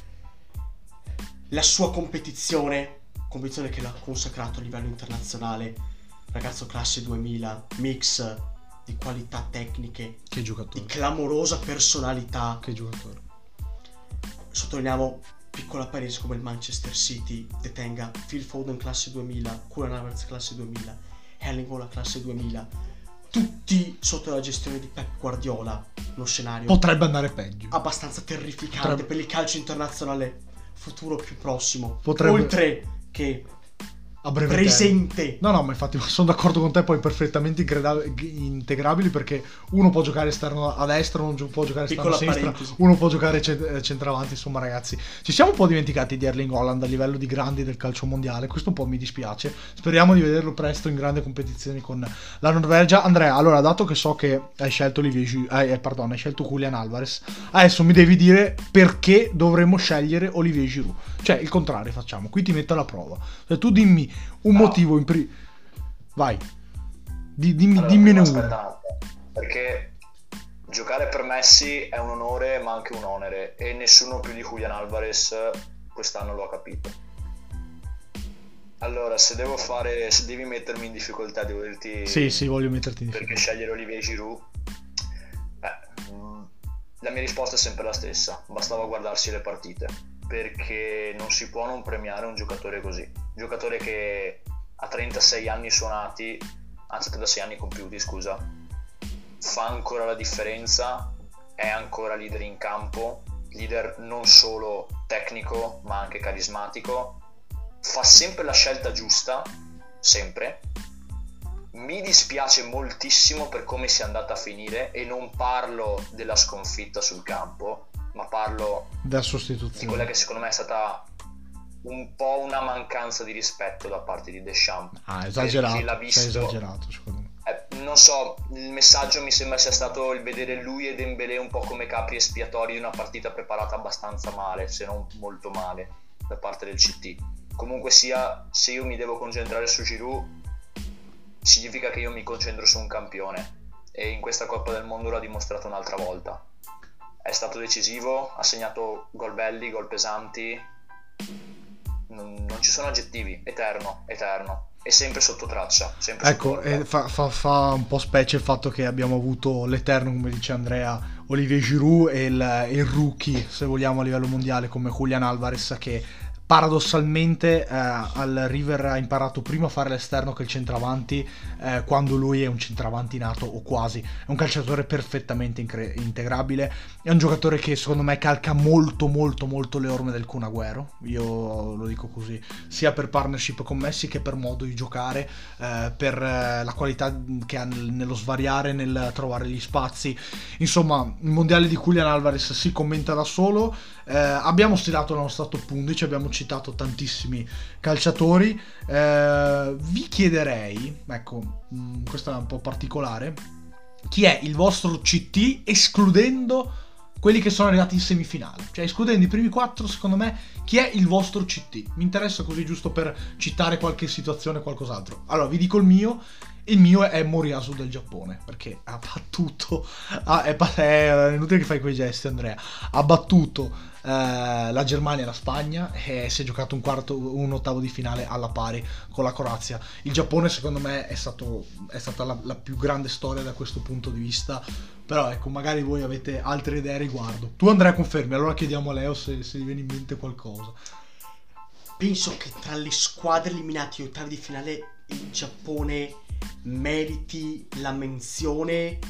la sua competizione competizione che l'ha consacrato a livello internazionale, ragazzo classe duemila, mix di qualità tecniche, che giocatore, di clamorosa personalità. Che giocatore. Sottolineiamo, piccola parentesi, come il Manchester City detenga Phil Foden classe duemila, Julian Alvarez classe duemila, Erling Haaland classe duemila, tutti sotto la gestione di Pep Guardiola. Uno scenario potrebbe andare peggio, abbastanza terrificante potrebbe... per il calcio internazionale futuro più prossimo. Potrebbe... oltre che a breve presente tempo. No no, ma infatti sono d'accordo con te, poi perfettamente integrabili, perché uno può giocare esterno a destra, uno può giocare esterno Piccola a sinistra, parentesi. uno può giocare centravanti. Insomma ragazzi, ci siamo un po' dimenticati di Erling Haaland a livello di grandi del calcio mondiale, questo un po' mi dispiace, speriamo di vederlo presto in grandi competizioni con la Norvegia. Andrea, allora, dato che so che hai scelto Olivier Giroud, eh, pardon, hai scelto Julian Alvarez, adesso mi devi dire perché dovremmo scegliere Olivier Giroud, cioè il contrario facciamo, qui ti metto alla prova, cioè tu dimmi un no. motivo in pri... vai Di, dimmi, allora, dimmene aspetta uno. un attimo, perché giocare per Messi è un onore ma anche un onere, e nessuno più di Julian Alvarez quest'anno lo ha capito. Allora, se devo fare, se devi mettermi in difficoltà, devo dirti sì sì voglio metterti in perché difficoltà. scegliere Olivier Giroud. Beh, La mia risposta è sempre la stessa, bastava guardarsi le partite, perché non si può non premiare un giocatore così, un giocatore che a trentasei anni suonati, anzi trentasei anni compiuti, scusa, fa ancora la differenza, è ancora leader in campo, leader non solo tecnico ma anche carismatico, fa sempre la scelta giusta, sempre. Mi dispiace moltissimo per come sia andata a finire, e non parlo della sconfitta sul campo, ma parlo della di sostituzione. quella che secondo me è stata un po' una mancanza di rispetto da parte di Deschamps. Ah, Per esagerato, chi l'ha sei visto, esagerato secondo me. eh, non so, il messaggio mi sembra sia stato il vedere lui e Dembélé un po' come capri espiatori di una partita preparata abbastanza male, se non molto male, da parte del C T. Comunque sia, se io mi devo concentrare su Giroud, significa che io mi concentro su un campione, e in questa Coppa del Mondo l'ha dimostrato un'altra volta. È stato decisivo, ha segnato gol belli, gol pesanti, non, non ci sono aggettivi, eterno, eterno, e sempre sotto traccia, sempre Ecco, sotto e fa, fa, fa un po' specie il fatto che abbiamo avuto l'eterno, come dice Andrea, Olivier Giroud, e il, il rookie, se vogliamo, a livello mondiale come Julian Alvarez, che paradossalmente eh, al River ha imparato prima a fare l'esterno che il centravanti, eh, quando lui è un centravanti nato, o quasi. È un calciatore perfettamente incre- integrabile, è un giocatore che secondo me calca molto molto molto le orme del Kun Agüero, io lo dico così, sia per partnership con Messi che per modo di giocare, eh, per eh, la qualità che ha nel- nello svariare, nel trovare gli spazi. Insomma, il mondiale di Julian Alvarez si commenta da solo. Eh, abbiamo stilato la nostra top undici, abbiamo citato tantissimi calciatori. Eh, vi chiederei, ecco, mh, questa è un po' particolare, chi è il vostro C T escludendo quelli che sono arrivati in semifinale, cioè escludendo i primi quattro, secondo me, chi è il vostro C T? Mi interessa, così giusto per citare qualche situazione o qualcos'altro. Allora, vi dico il mio. Il mio è Moriyasu del Giappone, perché ha battuto, ah, è, è inutile che fai quei gesti, Andrea, ha battuto eh, la Germania e la Spagna, e si è giocato un quarto, un ottavo di finale alla pari con la Croazia. Il Giappone secondo me è, stato, è stata la, la più grande storia da questo punto di vista, però ecco, magari voi avete altre idee a riguardo. Tu, Andrea, confermi? Allora chiediamo a Leo se, se gli viene in mente qualcosa. Penso che tra le squadre eliminate in ottavi di finale il Giappone meriti la menzione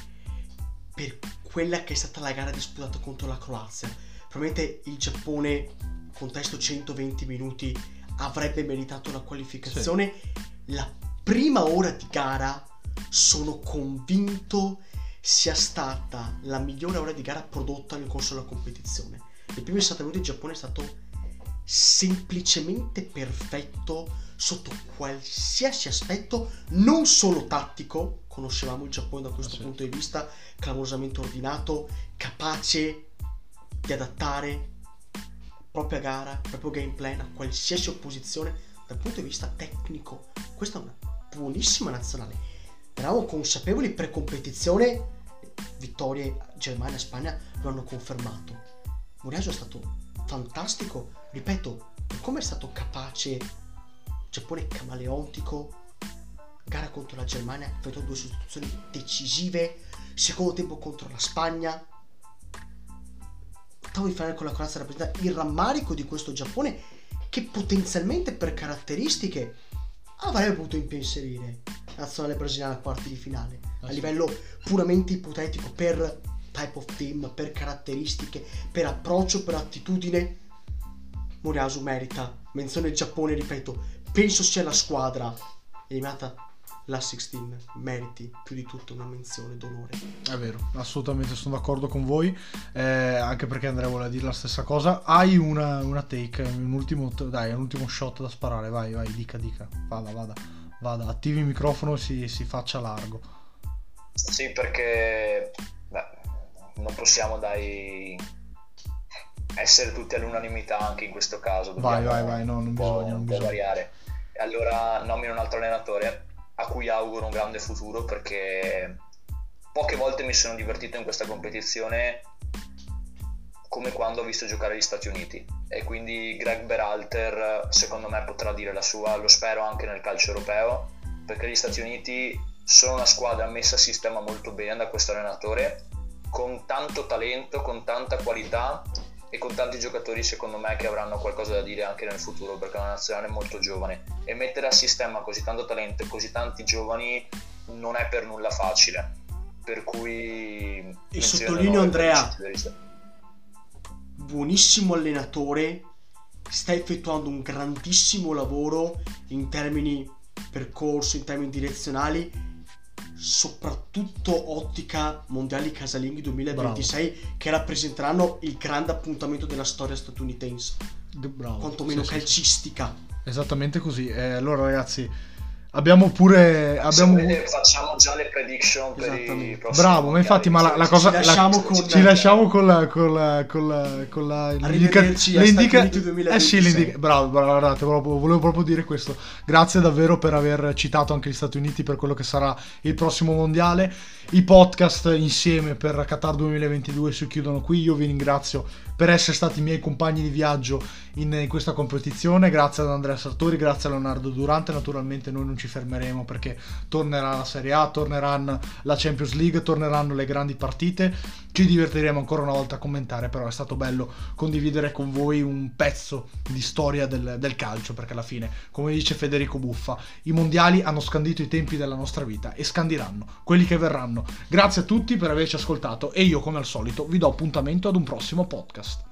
per quella che è stata la gara disputata contro la Croazia. Probabilmente il Giappone, contesto centoventi minuti, avrebbe meritato la qualificazione. Sì. La prima ora di gara sono convinto sia stata la migliore ora di gara prodotta nel corso della competizione. I primi sette minuti il Giappone è stato semplicemente perfetto sotto qualsiasi aspetto, non solo tattico. Conoscevamo il Giappone da questo ah, sì. punto di vista, clamorosamente ordinato, capace di adattare propria gara, il proprio game plan a qualsiasi opposizione dal punto di vista tecnico. Questa è una buonissima nazionale. Eravamo consapevoli pre-competizione, vittorie Germania e Spagna lo hanno confermato. Moriyasu è stato fantastico, ripeto, per come è stato capace. Giappone camaleontico, gara contro la Germania, ha fatto due sostituzioni decisive, secondo tempo contro la Spagna, ottavo di finale con la Croazia rappresenta il rammarico di questo Giappone, che potenzialmente per caratteristiche avrebbe potuto impensierire la nazionale brasiliana a quarti di finale, a livello puramente ipotetico, per type of team, per caratteristiche, per approccio, per attitudine. Moriyasu merita menzione. Il Giappone, ripeto, penso sia la squadra eliminata la sedici, meriti più di tutto una menzione d'onore. È vero, assolutamente sono d'accordo con voi, eh, anche perché Andrea vuole dire la stessa cosa. Hai una, una take, un ultimo, dai, un ultimo shot da sparare, vai, vai, dica, dica, vada, vada, vada, attivi il microfono e si, si faccia largo. Sì, perché beh, non possiamo dai essere tutti all'unanimità anche in questo caso. Vai, vai, vai, no, non bisogna, non bisogna variare. E allora nomino un altro allenatore a cui auguro un grande futuro, perché poche volte mi sono divertito in questa competizione come quando ho visto giocare gli Stati Uniti, e quindi Greg Berhalter secondo me potrà dire la sua, lo spero anche nel calcio europeo, perché gli Stati Uniti sono una squadra messa a sistema molto bene da questo allenatore, con tanto talento, con tanta qualità e con tanti giocatori secondo me che avranno qualcosa da dire anche nel futuro, perché è una nazionale molto giovane, e mettere a sistema così tanto talento e così tanti giovani non è per nulla facile, per cui e sottolineo Andrea, buonissimo allenatore, sta effettuando un grandissimo lavoro in termini percorso, in termini direzionali, soprattutto ottica mondiali casalinghi duemilaventisei. Bravo. Che rappresenteranno il grande appuntamento della storia statunitense. Bravo. Quantomeno sì, calcistica. Sì, sì. Esattamente così. Eh, allora ragazzi, abbiamo pure abbiamo pure... facciamo già le prediction per i prossimi. Bravo, ma infatti ma la, la cosa ci lasciamo la, con ci lasciamo con la con la con la, con la arrivederci le indica, duemilaventisei. Eh sì, l'indica, bravo, bravo, guardate, volevo, volevo proprio dire questo. Grazie davvero per aver citato anche gli Stati Uniti per quello che sarà il prossimo mondiale. I podcast insieme per Qatar duemilaventidue si chiudono qui. Io vi ringrazio per essere stati i miei compagni di viaggio in, in questa competizione. Grazie ad Andrea Sartori, grazie a Leonardo Durante. Naturalmente noi non ci fermeremo perché tornerà la Serie A, torneranno la Champions League, torneranno le grandi partite. Ci divertiremo ancora una volta a commentare, però è stato bello condividere con voi un pezzo di storia del, del calcio, perché alla fine, come dice Federico Buffa, i mondiali hanno scandito i tempi della nostra vita e scandiranno quelli che verranno. Grazie a tutti per averci ascoltato e io, come al solito, vi do appuntamento ad un prossimo podcast.